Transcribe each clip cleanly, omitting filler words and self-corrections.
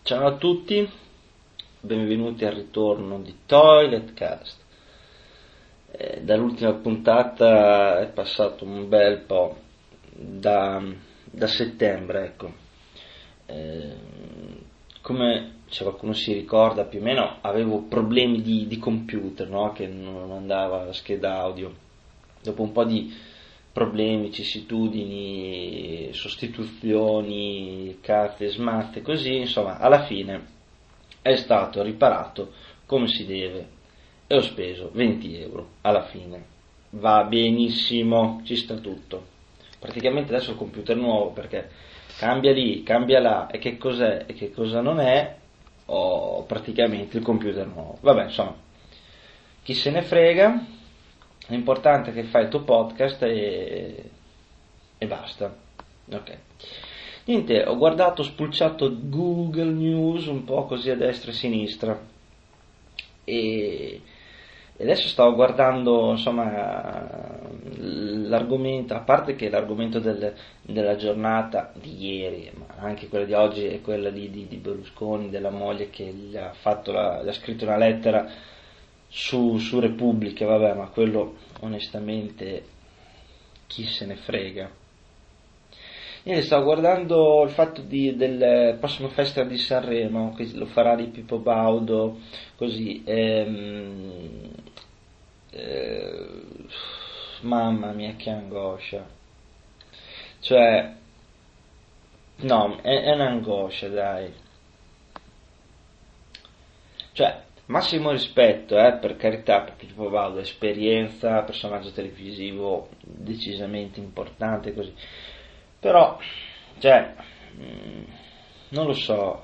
Ciao a tutti, benvenuti al ritorno di Toiletcast. Dall'ultima puntata è passato un bel po', da settembre, ecco. Come se qualcuno si ricorda più o meno, avevo problemi di computer, no? Che non andava la scheda audio. Dopo un po' di problemi, vicissitudini, sostituzioni, cazze, smatte, così, insomma, alla fine è stato riparato come si deve e ho speso 20 euro alla fine. Va benissimo, ci sta tutto. Praticamente adesso il computer nuovo, perché cambia lì, cambia là, e che cos'è e che cosa non è, ho praticamente il computer nuovo. Vabbè, insomma, chi se ne frega, l'importante è che fai il tuo podcast e basta. Ok. Niente, ho guardato, ho spulciato Google News un po' così a destra e a sinistra e adesso stavo guardando, insomma, l'argomento, a parte che l'argomento della giornata di ieri, ma anche quella di oggi è quella di Berlusconi, della moglie che gli ha scritto una lettera su Repubblica, vabbè, ma quello onestamente chi se ne frega. Io stavo guardando il fatto del prossimo Festival di Sanremo, che lo farà di Pippo Baudo, così, mamma mia che angoscia, cioè, no, è un'angoscia, dai, cioè, massimo rispetto, per carità, per Pippo Baudo, esperienza, personaggio televisivo decisamente importante, così. Però, cioè, non lo so,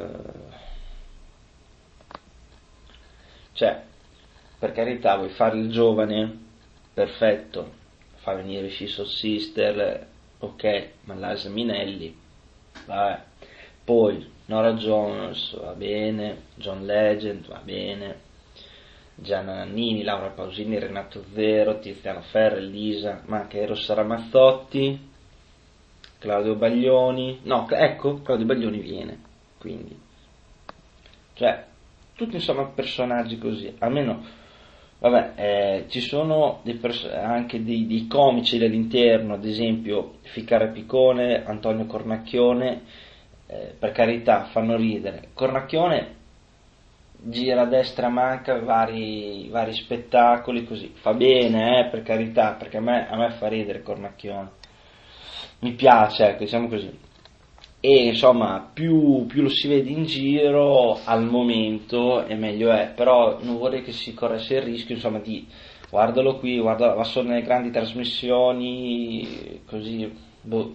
cioè, per carità, vuoi fare il giovane? Perfetto, fa venire i Soul Sister, ok, ma l'Asa Minelli, vabbè. Poi, Nora Jones, va bene, John Legend, va bene, Gianna Nannini, Laura Pausini, Renato Zero, Tiziano Ferro, Elisa, ma anche Rossa Ramazzotti, Claudio Baglioni, no, ecco, Claudio Baglioni viene, quindi, cioè, tutti insomma personaggi così, almeno, vabbè, ci sono anche dei comici all'interno, ad esempio Ficcare Piccone, Antonio Cornacchione, per carità, fanno ridere. Cornacchione gira a destra e manca vari spettacoli, così, fa bene, per carità, perché a me fa ridere Cornacchione. Mi piace, ecco, diciamo così. E insomma, più lo si vede in giro al momento e meglio è, però non vorrei che si corresse il rischio, insomma, di guardalo qui, va solo nelle grandi trasmissioni, così, boh.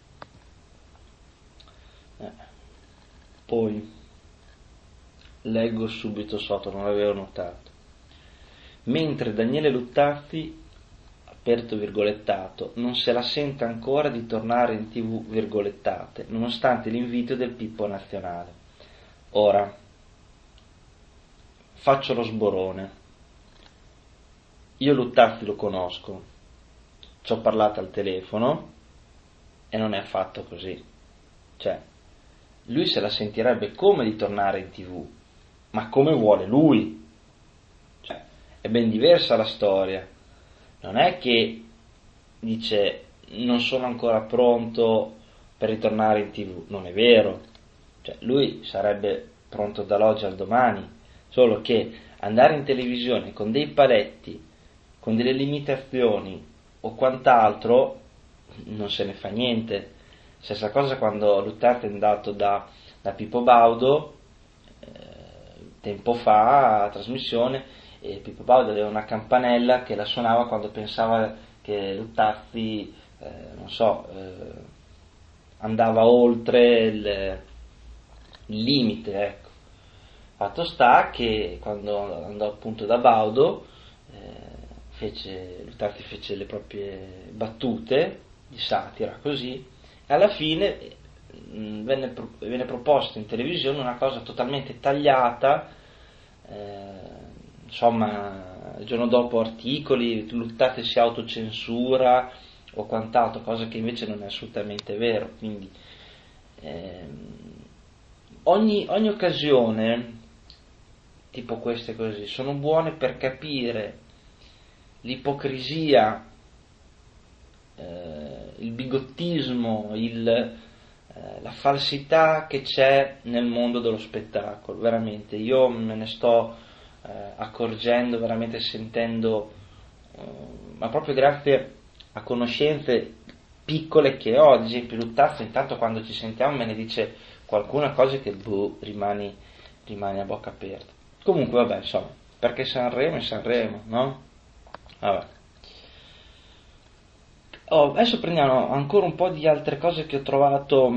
Poi leggo subito sotto, non l'avevo notato. Mentre Daniele Luttazzi, aperto virgolettato, non se la sente ancora di tornare in TV virgolettate, nonostante l'invito del Pippo Nazionale. Ora, faccio lo sborone. Io Luttazzi lo conosco, ci ho parlato al telefono e non è affatto così. Cioè, lui se la sentirebbe come di tornare in TV, ma come vuole lui. Cioè, è ben diversa la storia. Non è che dice non sono ancora pronto per ritornare in TV, non è vero, cioè lui sarebbe pronto dall'oggi al domani, solo che andare in televisione con dei paletti, con delle limitazioni o quant'altro non se ne fa niente. Stessa cosa quando Luttazzi è andato da Pippo Baudo tempo fa a trasmissione, e Pippo Baudo aveva una campanella che la suonava quando pensava che Luttazzi, non so, andava oltre il limite, ecco. Fatto sta che quando andò appunto da Baudo, Luttazzi fece le proprie battute di satira, così, e alla fine venne proposta in televisione una cosa totalmente tagliata, insomma, il giorno dopo articoli, Luttazzi si autocensura o quant'altro, cosa che invece non è assolutamente vero, quindi ogni occasione, tipo queste così, sono buone per capire l'ipocrisia, il bigottismo, la falsità che c'è nel mondo dello spettacolo. Veramente, io me ne sto accorgendo, veramente sentendo, ma proprio grazie a conoscenze piccole che ho. Ad esempio Luttazzo, intanto quando ci sentiamo me ne dice qualcuna cosa che rimani a bocca aperta. Comunque vabbè, insomma, perché Sanremo è Sanremo, no? Vabbè. Adesso prendiamo ancora un po' di altre cose che ho trovato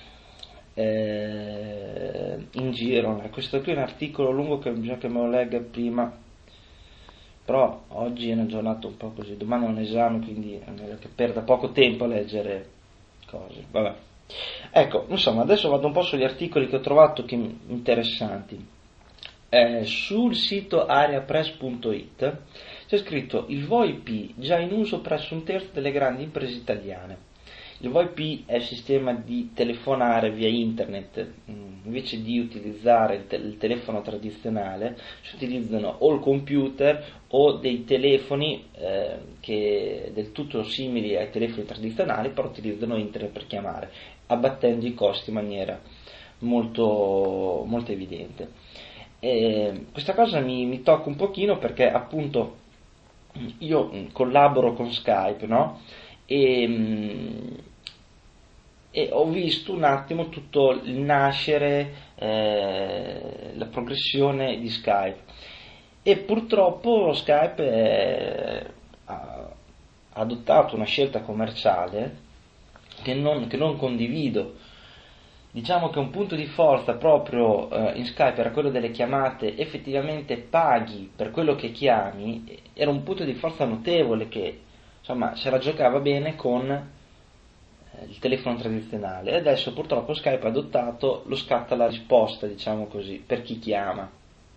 in giro. Questo qui è un articolo lungo che bisogna che me lo legga prima, però oggi è una giornata un po' così, domani ho un esame, quindi è meglio che perda poco tempo a leggere cose. Vabbè. Ecco, insomma, adesso vado un po' sugli articoli che ho trovato interessanti. Sul sito areapress.it c'è scritto: il VoIP già in uso presso un terzo delle grandi imprese italiane. Il VoIP è il sistema di telefonare via internet. Invece di utilizzare il telefono tradizionale, si utilizzano o il computer o dei telefoni che del tutto simili ai telefoni tradizionali, però utilizzano internet per chiamare, abbattendo i costi in maniera molto, molto evidente. Questa cosa mi tocca un pochino perché appunto io collaboro con Skype, no? E ho visto un attimo tutto il nascere, la progressione di Skype, e purtroppo Skype ha adottato una scelta commerciale che non condivido. Diciamo che un punto di forza proprio in Skype era quello delle chiamate, effettivamente paghi per quello che chiami, era un punto di forza notevole che insomma se la giocava bene con il telefono tradizionale. E adesso purtroppo Skype ha adottato lo scatto alla risposta, diciamo così, per chi chiama,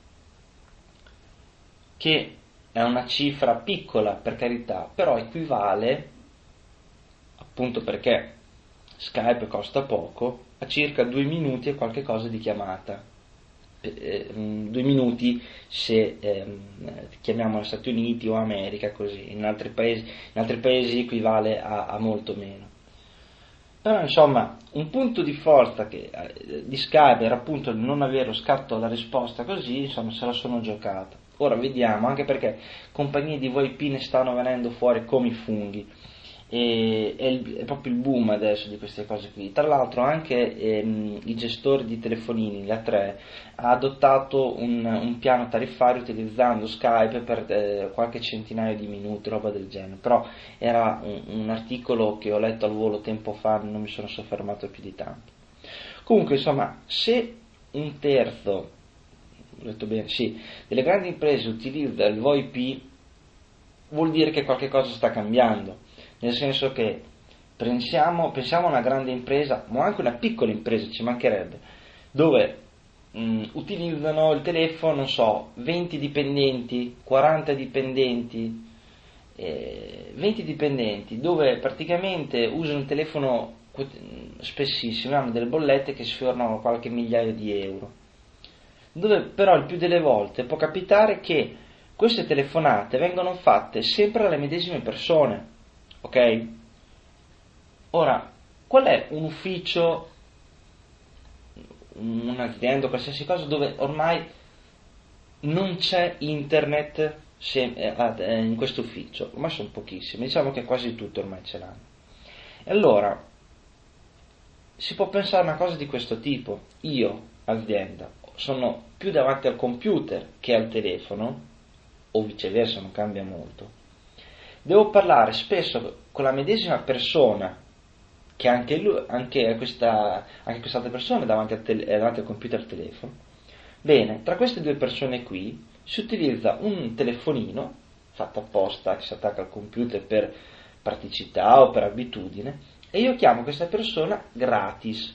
che è una cifra piccola, per carità, però equivale, appunto perché Skype costa poco, a circa 2 minuti e qualche cosa di chiamata. 2 minuti se chiamiamo negli Stati Uniti o America, così. In altri paesi equivale a molto meno. Però insomma un punto di forza di Skype era appunto il non avere lo scatto alla risposta, così insomma se la sono giocata. Ora vediamo, anche perché compagnie di VoIP ne stanno venendo fuori come i funghi. È proprio il boom adesso di queste cose qui. Tra l'altro anche i gestori di telefonini, la 3, ha adottato un piano tariffario utilizzando Skype per qualche centinaio di minuti, roba del genere. Però era un articolo che ho letto al volo tempo fa, non mi sono soffermato più di tanto. Comunque insomma, se un terzo, ho detto bene, sì, delle grandi imprese utilizza il VoIP, vuol dire che qualche cosa sta cambiando. Nel senso che pensiamo a una grande impresa, ma anche una piccola impresa, ci mancherebbe, dove utilizzano il telefono, non so, 20 dipendenti, 40 dipendenti, 20 dipendenti, dove praticamente usano il telefono spessissimo, hanno delle bollette che sfiorano qualche migliaio di euro, dove però il più delle volte può capitare che queste telefonate vengono fatte sempre dalle medesime persone. Ok? Ora, qual è un ufficio, un'azienda, qualsiasi cosa dove ormai non c'è internet in questo ufficio? Ormai sono pochissimi, diciamo che quasi tutti ormai ce l'hanno. E allora si può pensare a una cosa di questo tipo: io, azienda, sono più davanti al computer che al telefono, o viceversa, non cambia molto. Devo parlare spesso con la medesima persona, che anche quest'altra persona è davanti al computer e al telefono. Bene, tra queste due persone qui si utilizza un telefonino fatto apposta che si attacca al computer per praticità o per abitudine, e io chiamo questa persona gratis.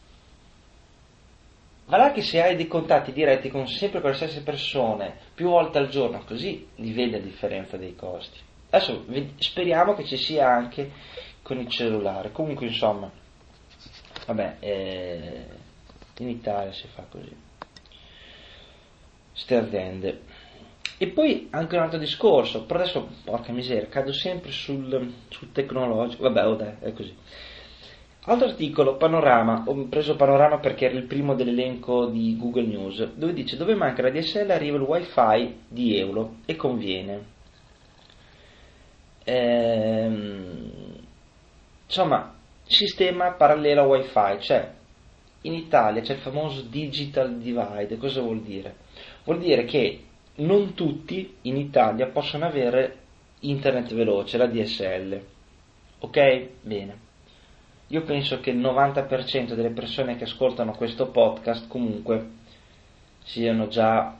Va là che se hai dei contatti diretti con sempre con le stesse persone più volte al giorno, così li vedi la differenza dei costi. Adesso speriamo che ci sia anche con il cellulare. Comunque insomma, vabbè, In Italia si fa così. Ste aziende. E poi anche un altro discorso, però adesso, porca miseria, cado sempre sul tecnologico, vabbè, è così. Altro articolo, Panorama, ho preso Panorama perché era il primo dell'elenco di Google News, dove dice: dove manca la DSL arriva il wifi di euro e conviene. Insomma, sistema parallelo a wifi, cioè in Italia c'è il famoso digital divide. Cosa vuol dire? Vuol dire che non tutti in Italia possono avere internet veloce, la DSL. Ok? Bene. Io penso che il 90% delle persone che ascoltano questo podcast comunque siano già,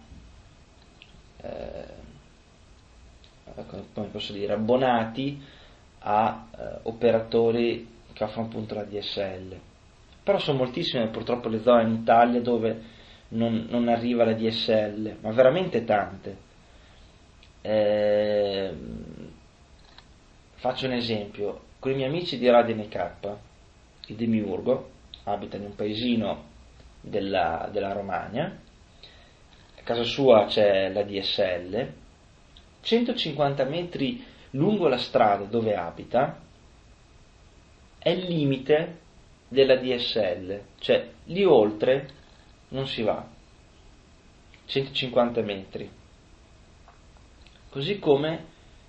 come posso dire, abbonati a operatori che offrono appunto la DSL. Però sono moltissime purtroppo le zone in Italia dove non arriva la DSL, ma veramente tante. Faccio un esempio, con i miei amici di Radio NK, il Demiurgo, abita in un paesino della Romagna, a casa sua c'è la DSL, 150 metri lungo la strada dove abita è il limite della DSL, cioè lì oltre non si va, 150 metri. Così come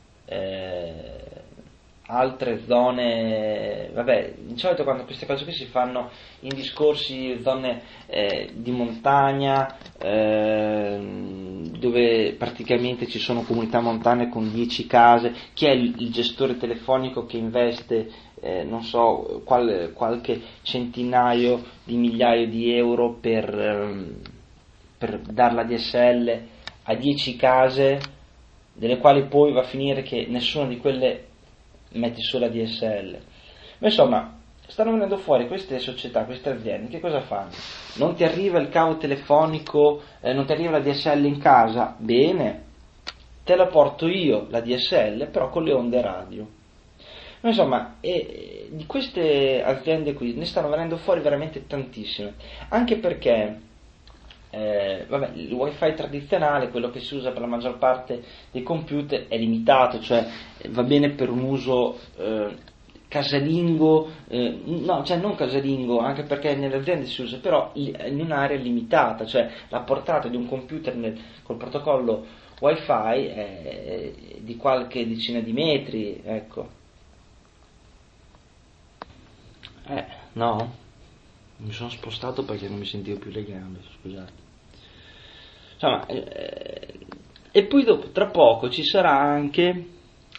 altre zone, vabbè, di solito quando queste cose qui si fanno in discorsi, zone di montagna, dove praticamente ci sono comunità montane con 10 case, chi è il gestore telefonico che investe, non so, qualche centinaio di migliaia di euro per dare la DSL a 10 case, delle quali poi va a finire che nessuna di quelle mette sulla DSL. Ma insomma, stanno venendo fuori queste società, queste aziende, che cosa fanno? Non ti arriva il cavo telefonico, non ti arriva la DSL in casa? Bene, te la porto io la DSL, però con le onde radio. Ma insomma, di queste aziende qui ne stanno venendo fuori veramente tantissime, anche perché vabbè, il wifi tradizionale, quello che si usa per la maggior parte dei computer, è limitato, cioè va bene per un uso casalingo, no, cioè non casalingo, anche perché nelle aziende si usa, però in un'area limitata, cioè la portata di un computer col protocollo wifi è di qualche decina di metri, ecco. No? Mi sono spostato perché non mi sentivo più le gambe, scusate. Insomma, e poi dopo, tra poco ci sarà anche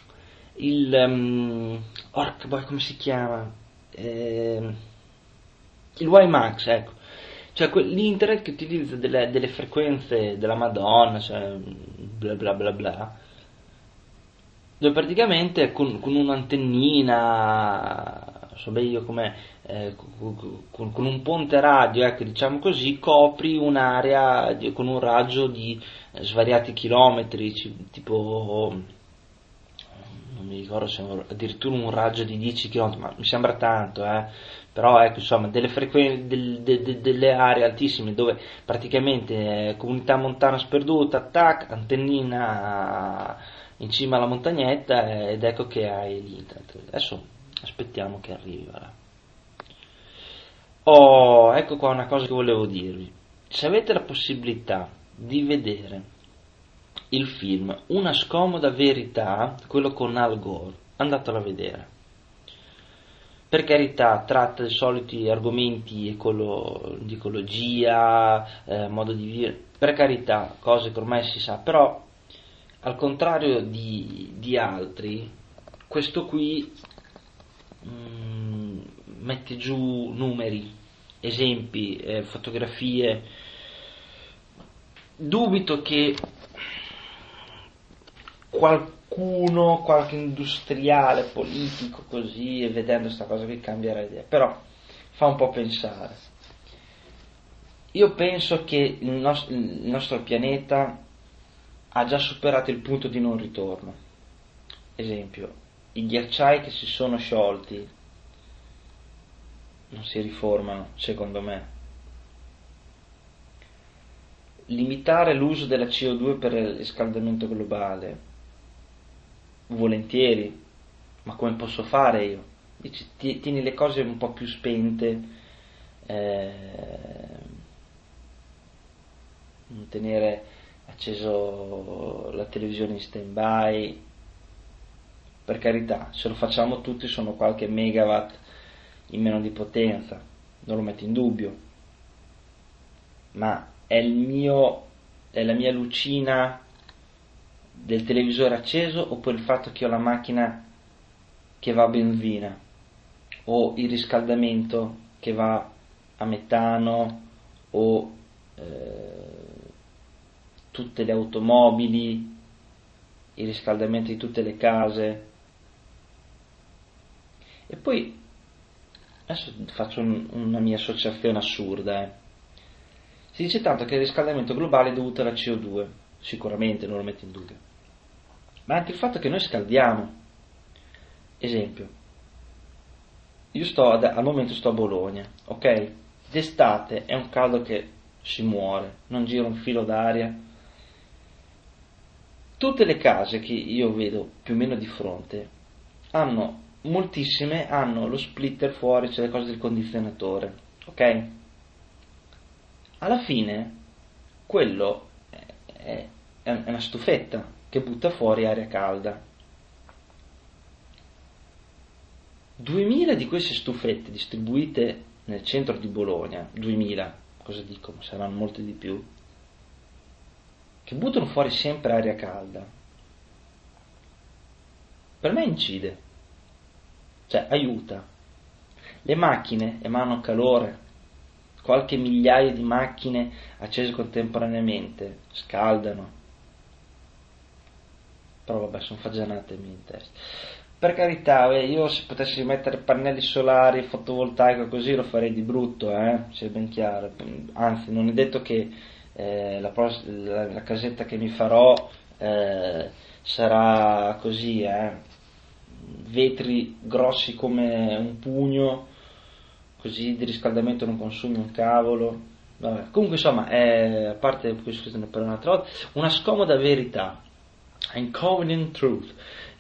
il come si chiama? Il WiMAX, ecco. Cioè l'internet che utilizza delle frequenze della Madonna, cioè bla bla bla bla, dove praticamente con un'antennina, non so bene io com'è, con un ponte radio, ecco, diciamo così, copri un'area con un raggio di svariati chilometri, tipo, non mi ricordo se addirittura un raggio di 10 km, ma mi sembra tanto, però ecco, insomma, delle frequenze, delle aree altissime dove praticamente comunità montana sperduta, tac, antennina in cima alla montagnetta, ed ecco che hai l'internet. Adesso aspettiamo che arrivi, voilà. Oh, ecco qua una cosa che volevo dirvi. Se avete la possibilità di vedere il film Una scomoda verità, quello con Al Gore, andatelo a vedere. Per carità, tratta dei soliti argomenti di ecologia, modo di vivere, per carità, cose che ormai si sa, però al contrario di altri, questo qui mette giù numeri, esempi, fotografie. Dubito che qualche industriale, politico così, e vedendo sta cosa qui cambierà idea, però fa un po' pensare. Io penso che il nostro pianeta ha già superato il punto di non ritorno. Esempio, i ghiacciai che si sono sciolti non si riformano, secondo me. limitare l'uso della CO2 per il riscaldamento globale, volentieri, ma come posso fare io? Dici, tieni le cose un po' più spente, non tenere acceso la televisione in stand by. Per carità, se lo facciamo tutti sono qualche megawatt in meno di potenza, non lo metto in dubbio, ma è la mia lucina del televisore acceso, oppure il fatto che ho la macchina che va a benzina, o il riscaldamento che va a metano, o tutte le automobili, il riscaldamento di tutte le case. E poi adesso faccio una mia associazione assurda. Si dice tanto che il riscaldamento globale è dovuto alla CO2, sicuramente, non lo metto in dubbio, ma anche il fatto che noi scaldiamo. Esempio, io al momento sto a Bologna, ok? D'estate è un caldo che si muore, non gira un filo d'aria. Tutte le case che io vedo più o meno di fronte moltissime hanno lo splitter fuori, cioè le cose del condizionatore, ok? Alla fine quello è una stufetta che butta fuori aria calda. 2000 di queste stufette distribuite nel centro di Bologna, 2000, cosa dico? Saranno molte di più, che buttano fuori sempre aria calda. Per me incide, cioè aiuta. Le macchine emanano calore, qualche migliaio di macchine accese contemporaneamente scaldano. Però vabbè, sono fagianate in testa. Per carità, io se potessi mettere pannelli solari, fotovoltaico così lo farei di brutto, sia ben chiaro. Anzi, non è detto che la casetta che mi farò sarà così, vetri grossi come un pugno, così di riscaldamento non consumi un cavolo. Vabbè. Comunque insomma, a parte questo per un'altra volta, una scomoda verità, Inconvenient Truth,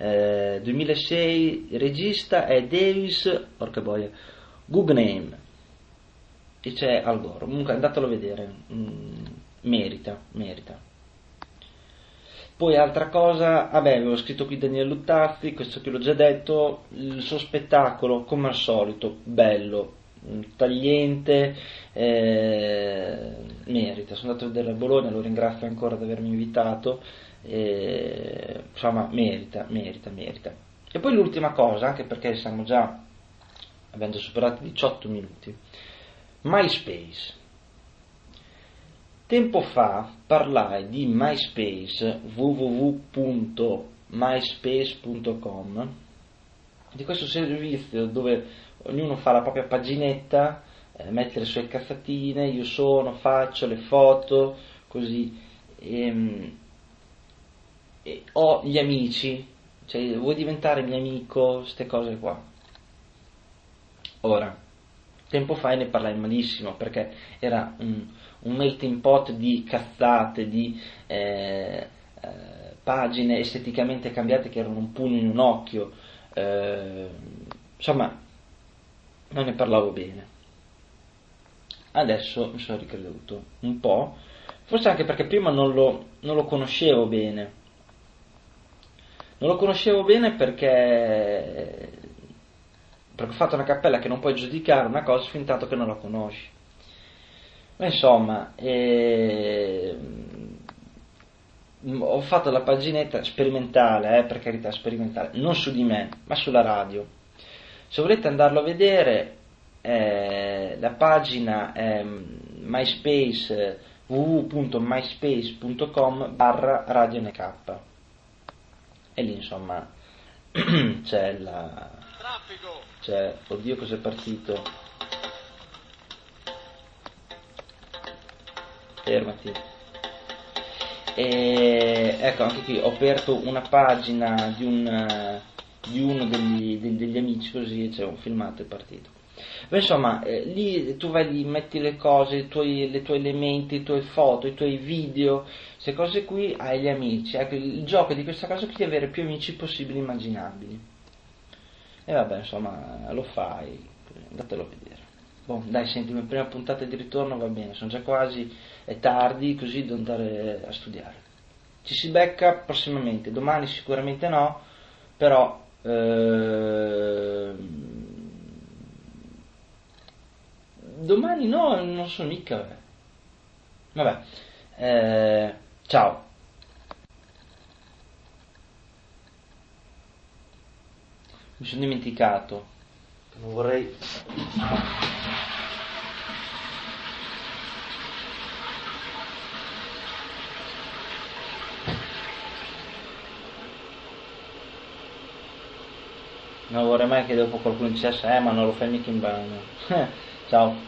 2006, il regista è Davis, porca boia, Guggenheim, e c'è Al Gore. Comunque andatelo a vedere, merita. Poi altra cosa, avevo scritto qui Daniele Luttazzi, questo che l'ho già detto, il suo spettacolo come al solito, bello, tagliente, merita. Sono andato a vedere a Bologna, lo ringrazio ancora di avermi invitato, insomma merita. E poi l'ultima cosa, anche perché abbiamo già superato i 18 minuti, MySpace. Tempo fa parlai di MySpace, www.myspace.com, di questo servizio dove ognuno fa la propria paginetta, mette le sue cazzatine, io faccio le foto, così, e ho gli amici, cioè vuoi diventare mio amico, queste cose qua. Ora, tempo fa ne parlai malissimo perché era un melting pot di cazzate, di pagine esteticamente cambiate che erano un pugno in un occhio, insomma non ne parlavo bene. Adesso mi sono ricreduto un po', forse anche perché prima non lo conoscevo bene. Non lo conoscevo bene perché ho fatto una cappella che non puoi giudicare una cosa fin tanto che non la conosci. Ma insomma, ho fatto la paginetta sperimentale, per carità sperimentale, non su di me, ma sulla radio. Se volete andarlo a vedere, la pagina è MySpace, www.myspace.com/radioNK, e lì insomma oddio cos'è partito, fermati. E ecco, anche qui ho aperto una pagina di uno degli amici, così c'è un filmato, è partito. Beh, insomma, lì tu vai lì, metti le cose, le tue elementi, i tuoi foto, i tuoi video, queste cose qui, hai gli amici. Ecco, il gioco di questa cosa qui è avere più amici possibili immaginabili. E vabbè, insomma, lo fai, andatelo a vedere. Boh, dai, senti, la prima puntata di ritorno va bene, sono già quasi, è tardi, così devo andare a studiare. Ci si becca prossimamente, domani sicuramente no, però domani no, non so mica. Vabbè, ciao. Mi sono dimenticato. Non vorrei. Non vorrei mai che dopo qualcuno dicesse, ma non lo fai mica in bagno. Ciao.